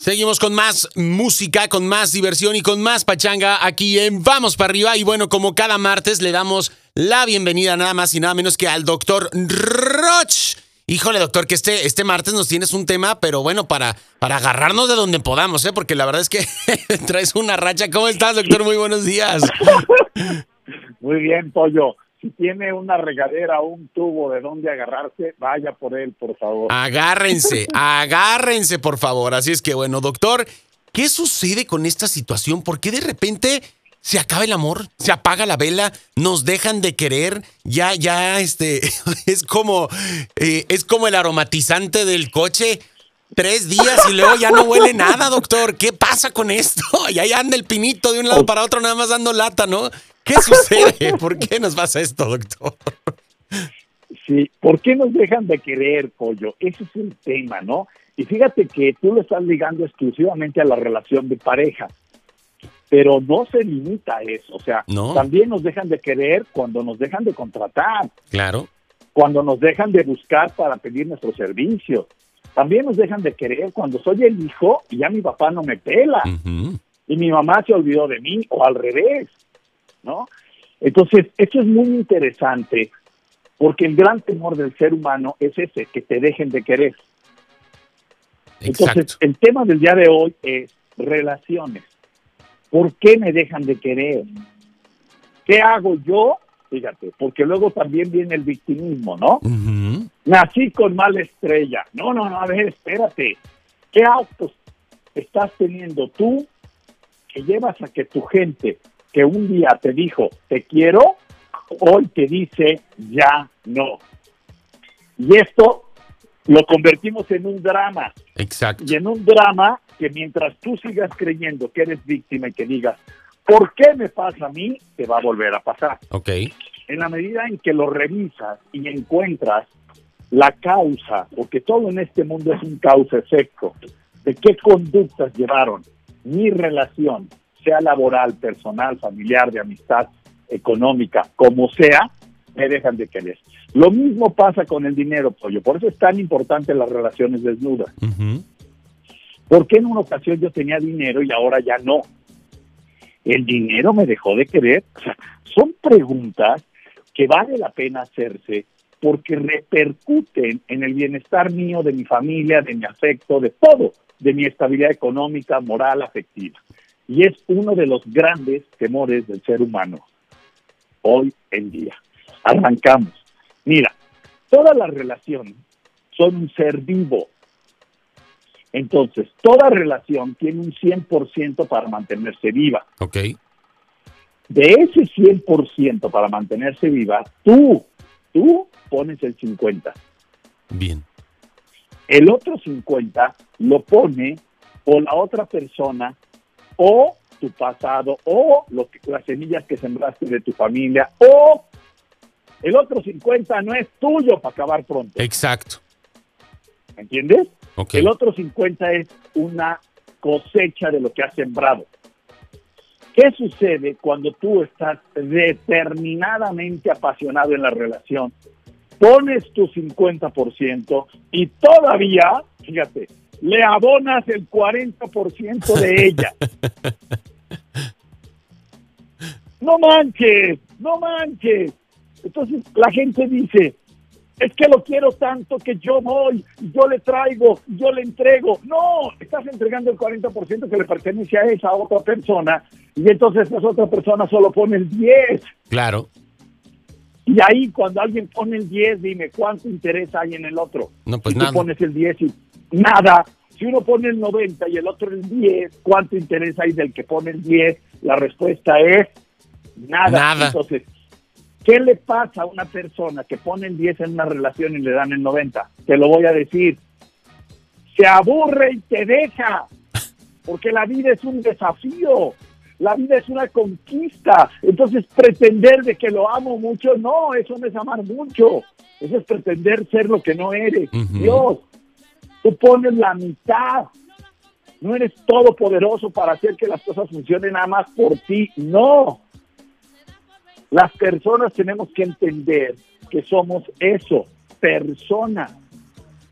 Seguimos con más música, con más diversión y con más pachanga aquí en Vamos para Arriba. Y bueno, como cada martes le damos la bienvenida nada más y nada menos que al doctor Roch. Híjole, doctor, que este martes nos tienes un tema, pero bueno, para agarrarnos de donde podamos, porque la verdad es que traes una racha. ¿Cómo estás, doctor? Muy buenos días. Muy bien, Pollo. Si tiene una regadera o un tubo de donde agarrarse, vaya por él, por favor. Agárrense, por favor. Así es que, bueno, doctor, ¿qué sucede con esta situación? ¿Por qué de repente se acaba el amor? ¿Se apaga la vela? ¿Nos dejan de querer? Ya, es como el aromatizante del coche. 3 días y luego ya no huele nada, doctor. ¿Qué pasa con esto? Y ahí anda el pinito de un lado para otro, nada más dando lata, ¿no? ¿Qué sucede? ¿Por qué nos pasa esto, doctor? Sí, ¿por qué nos dejan de querer, Pollo? Ese es el tema, ¿no? Y fíjate que tú lo estás ligando exclusivamente a la relación de pareja, pero no se limita a eso. O sea, ¿no? También nos dejan de querer cuando nos dejan de contratar. Claro. Cuando nos dejan de buscar para pedir nuestros servicios. También nos dejan de querer cuando soy el hijo y ya mi papá no me pela. Uh-huh. Y mi mamá se olvidó de mí, o al revés, ¿no? Entonces, esto es muy interesante, porque el gran temor del ser humano es ese, que te dejen de querer. Exacto. Entonces, el tema del día de hoy es relaciones. ¿Por qué me dejan de querer? ¿Qué hago yo? Fíjate, porque luego también viene el victimismo, ¿no? Uh-huh. Nací con mala estrella. No, a ver, espérate. ¿Qué actos estás teniendo tú que llevas a que tu gente, que un día te dijo, te quiero, hoy te dice, ya no? Y esto lo convertimos en un drama. Exacto. Y en un drama que mientras tú sigas creyendo que eres víctima y que digas, ¿por qué me pasa a mí? Te va a volver a pasar. Ok. En la medida en que lo revisas y encuentras la causa, porque todo en este mundo es un causa-efecto, de qué conductas llevaron mi relación, sea laboral, personal, familiar, de amistad, económica, como sea, me dejan de querer. Lo mismo pasa con el dinero, Pollo. Por eso es tan importante las relaciones desnudas. Uh-huh. Porque en una ocasión yo tenía dinero y ahora ya no. ¿El dinero me dejó de querer? O sea, son preguntas que vale la pena hacerse porque repercuten en el bienestar mío, de mi familia, de mi afecto, de todo, de mi estabilidad económica, moral, afectiva. Y es uno de los grandes temores del ser humano hoy en día. Arrancamos. Mira, todas las relaciones son un ser vivo. Entonces, toda relación tiene un 100% para mantenerse viva. Ok. De ese 100% para mantenerse viva, tú pones el 50%. Bien. El otro 50% lo pone o la otra persona, o tu pasado, o las semillas que sembraste de tu familia, o el otro 50% no es tuyo para acabar pronto. Exacto. ¿Me entiendes? Okay. El otro 50% es una cosecha de lo que has sembrado. ¿Qué sucede cuando tú estás determinadamente apasionado en la relación? Pones tu 50% y todavía, fíjate, le abonas el 40% de ella. No manches. Entonces la gente dice, es que lo quiero tanto que yo voy, yo le traigo, yo le entrego. No, estás entregando el 40% que le pertenece a esa otra persona y entonces esa otra persona solo pone el 10%. Claro. Y ahí cuando alguien pone el 10, dime, ¿cuánto interés hay en el otro? No, pues si nada. tú pones el 10 y nada. Si uno pone el 90 y el otro el 10, ¿cuánto interés hay del que pone el 10? La respuesta es nada. Entonces, ¿qué le pasa a una persona que pone el 10 en una relación y le dan el 90? Te lo voy a decir. Se aburre y te deja. Porque la vida es un desafío. La vida es una conquista. Entonces, pretender de que lo amo mucho, no, eso no es amar mucho. Eso es pretender ser lo que no eres. Uh-huh. Dios, tú pones la mitad. No eres todopoderoso para hacer que las cosas funcionen nada más por ti. No. Las personas tenemos que entender que somos eso, personas.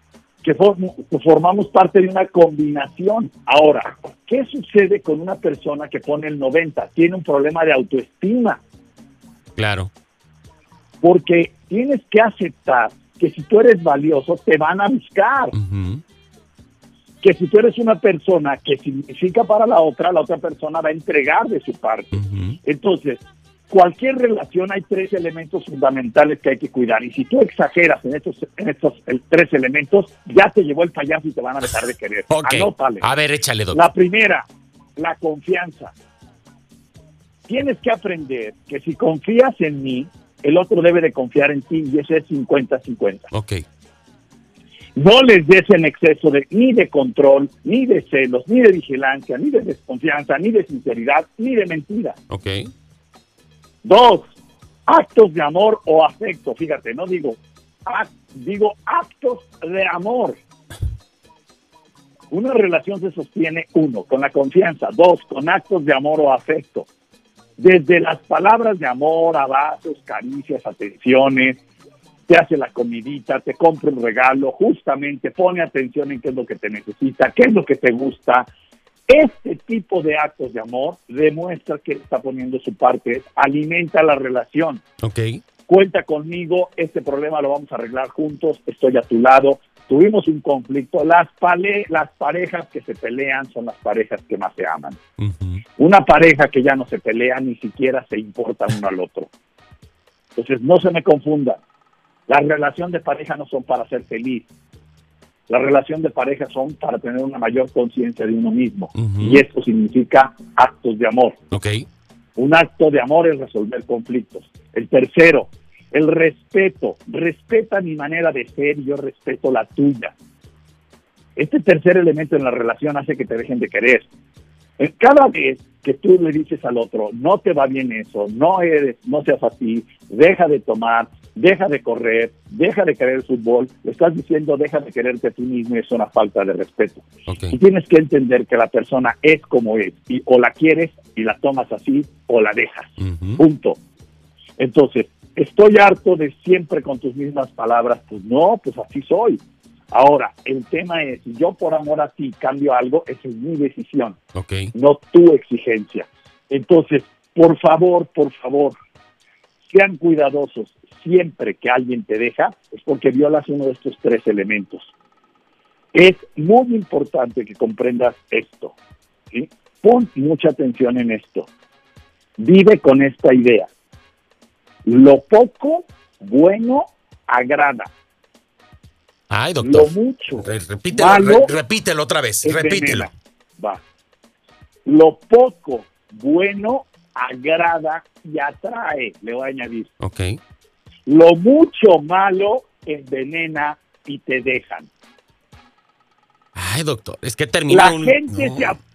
que formamos parte de una combinación. Ahora, ¿qué sucede con una persona que pone el 90? Tiene un problema de autoestima. Claro. Porque tienes que aceptar que si tú eres valioso, te van a buscar. Uh-huh. Que si tú eres una persona que significa para la otra persona va a entregar de su parte. Uh-huh. Entonces, cualquier relación hay 3 elementos fundamentales que hay que cuidar. Y si tú exageras en estos 3 elementos, ya te llevó el payaso y te van a dejar de querer. Okay. Anótale. A ver, échale, doctor. La primera, la confianza. Tienes que aprender que si confías en mí, el otro debe de confiar en ti, y eso es 50-50. Ok. No les des en exceso ni de control, ni de celos, ni de vigilancia, ni de desconfianza, ni de sinceridad, ni de mentira. Ok. 2, actos de amor o afecto. Fíjate, no digo actos de amor. Una relación se sostiene, 1, con la confianza, 2, con actos de amor o afecto. Desde las palabras de amor, abrazos, caricias, atenciones, te hace la comidita, te compra un regalo, justamente pone atención en qué es lo que te necesita, qué es lo que te gusta. Este tipo de actos de amor demuestra que está poniendo su parte, alimenta la relación. Ok. Cuenta conmigo, este problema lo vamos a arreglar juntos, estoy a tu lado. Tuvimos un conflicto, las parejas que se pelean son las parejas que más se aman. Uh-huh. Una pareja que ya no se pelea, ni siquiera se importa uno al otro. Entonces, no se me confunda. La relación de pareja no son para ser feliz. La relación de pareja son para tener una mayor conciencia de uno mismo. Uh-huh. Y esto significa actos de amor. Ok. Un acto de amor es resolver conflictos. El tercero, el respeto. Respeta mi manera de ser y yo respeto la tuya. Este tercer elemento en la relación hace que te dejen de querer. Cada vez que tú le dices al otro, no te va bien eso, no seas así, deja de tomar, deja de correr, deja de querer el fútbol, le estás diciendo deja de quererte a ti mismo, y es una falta de respeto. Okay. Y tienes que entender que la persona es como es, y o la quieres y la tomas así, o la dejas. Uh-huh. Punto. Entonces, estoy harto de siempre con tus mismas palabras. Pues no, pues así soy. Ahora, el tema es, si yo por amor a ti cambio algo, esa es mi decisión, Okay. no tu exigencia. Entonces, por favor, sean cuidadosos. Siempre que alguien te deja, es porque violas uno de estos 3 elementos. Es muy importante que comprendas esto, ¿sí? Pon mucha atención en esto. Vive con esta idea. Lo poco bueno agrada. Ay, doctor. Lo mucho Repítelo, malo repítelo otra vez. Repítelo. envenena. Va. Lo poco bueno agrada y atrae, le voy a añadir. Ok. Lo mucho malo envenena y te dejan. Ay, doctor, es que termina La gente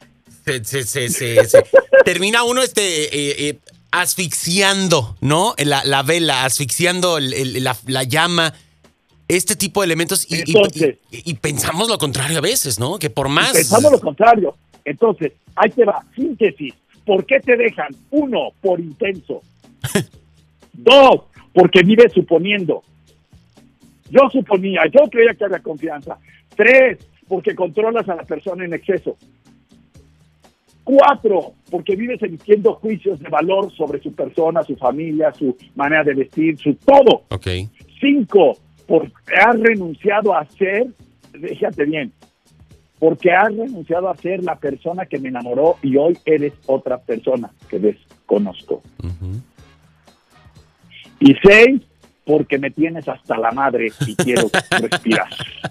termina uno asfixiando, ¿no? La vela, asfixiando la llama, este tipo de elementos. Y pensamos lo contrario a veces, ¿no? Que por más... Pensamos lo contrario. Entonces, ahí te va, síntesis. ¿Por qué te dejan? 1, por intenso. 2, porque vives suponiendo. Yo suponía, yo creía que había confianza. 3, porque controlas a la persona en exceso. 4, porque vives emitiendo juicios de valor sobre su persona, su familia, su manera de vestir, su todo. Okay. 5, porque has renunciado a ser, fíjate bien, porque has renunciado a ser la persona que me enamoró y hoy eres otra persona que desconozco. Uh-huh. Y 6, porque me tienes hasta la madre y quiero respirar.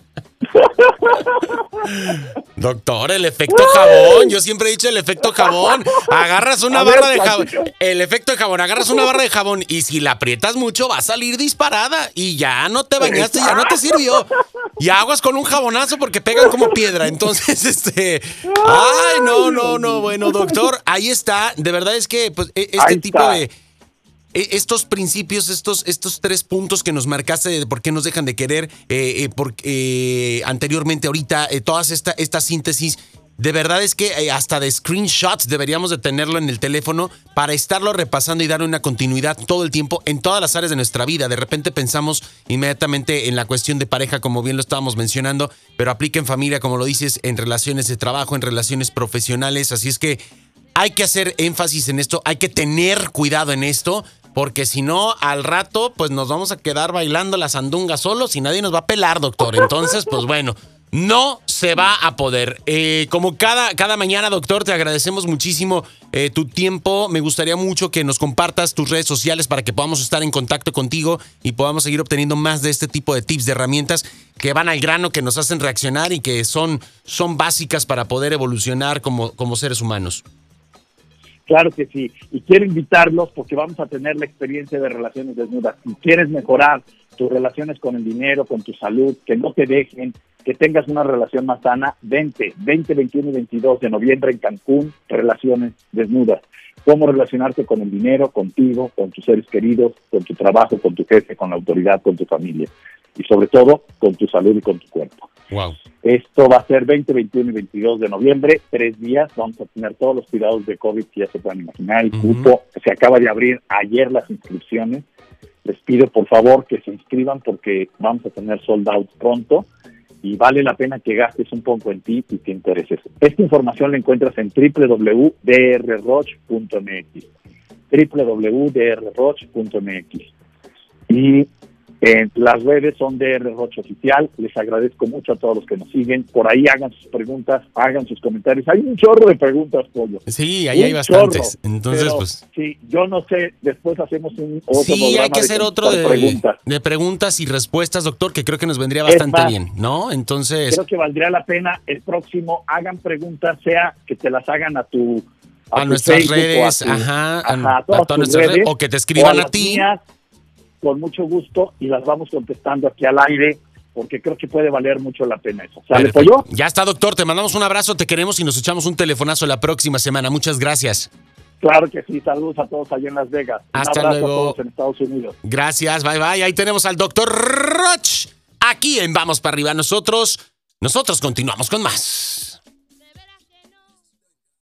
Doctor, el efecto jabón. Yo siempre he dicho el efecto jabón. Agarras una barra de jabón. El efecto de jabón. Agarras una barra de jabón y si la aprietas mucho va a salir disparada. Y ya no te bañaste, ya no te sirvió. Y aguas con un jabonazo porque pegan como piedra. Entonces, ay, no. Bueno, doctor, ahí está. De verdad es que pues, este tipo de... Estos principios, estos 3 puntos que nos marcaste de por qué nos dejan de querer, porque anteriormente, ahorita, todas esta síntesis, de verdad es que hasta de screenshots deberíamos de tenerlo en el teléfono para estarlo repasando y darle una continuidad todo el tiempo en todas las áreas de nuestra vida. De repente pensamos inmediatamente en la cuestión de pareja, como bien lo estábamos mencionando, pero aplica en familia, como lo dices, en relaciones de trabajo, en relaciones profesionales. Así es que hay que hacer énfasis en esto, hay que tener cuidado en esto, porque si no, al rato, pues nos vamos a quedar bailando la sandunga solos y nadie nos va a pelar, doctor. Entonces, pues bueno, no se va a poder. Como cada mañana, doctor, te agradecemos muchísimo tu tiempo. Me gustaría mucho que nos compartas tus redes sociales para que podamos estar en contacto contigo y podamos seguir obteniendo más de este tipo de tips, de herramientas que van al grano, que nos hacen reaccionar y que son básicas para poder evolucionar como seres humanos. Claro que sí, y quiero invitarlos porque vamos a tener la experiencia de relaciones desnudas. Si quieres mejorar tus relaciones con el dinero, con tu salud, que no te dejen, que tengas una relación más sana, 20, 21 y 22 de noviembre en Cancún, relaciones desnudas. Cómo relacionarte con el dinero, contigo, con tus seres queridos, con tu trabajo, con tu jefe, con la autoridad, con tu familia. Y sobre todo, con tu salud y con tu cuerpo. Wow. Esto va a ser 20, 21 y 22 de noviembre, 3 días. Vamos a tener todos los cuidados de COVID que ya se puedan imaginar. El cupo se acaba de abrir ayer las inscripciones. Les pido por favor que se inscriban porque vamos a tener sold out pronto y vale la pena que gastes un poco en ti y te intereses. Esta información la encuentras en www.drroch.mx www.drroch.mx y las redes son DR Roch Oficial. Les agradezco mucho a todos los que nos siguen. Por ahí hagan sus preguntas, hagan sus comentarios. Hay un chorro de preguntas, Pollo. Sí, ahí hay bastantes. Chorro. Entonces, pero, pues... sí, yo no sé, después hacemos otro sí, hay que hacer otro de preguntas y respuestas, doctor, que creo que nos vendría bastante bien, ¿no? Entonces... creo que valdría la pena el próximo, hagan preguntas, sea que te las hagan a nuestras Facebook, redes, a todas nuestras redes, o que te escriban a ti. Mías, con mucho gusto, y las vamos contestando aquí al aire, porque creo que puede valer mucho la pena eso. ¿Sale, Pollo? Ya está, doctor, te mandamos un abrazo, te queremos y nos echamos un telefonazo la próxima semana. Muchas gracias. Claro que sí, saludos a todos allá en Las Vegas. Hasta un abrazo luego. a todos en Estados Unidos. Gracias, bye bye. Ahí tenemos al doctor Roch, aquí en Vamos para Arriba. Nosotros continuamos con más.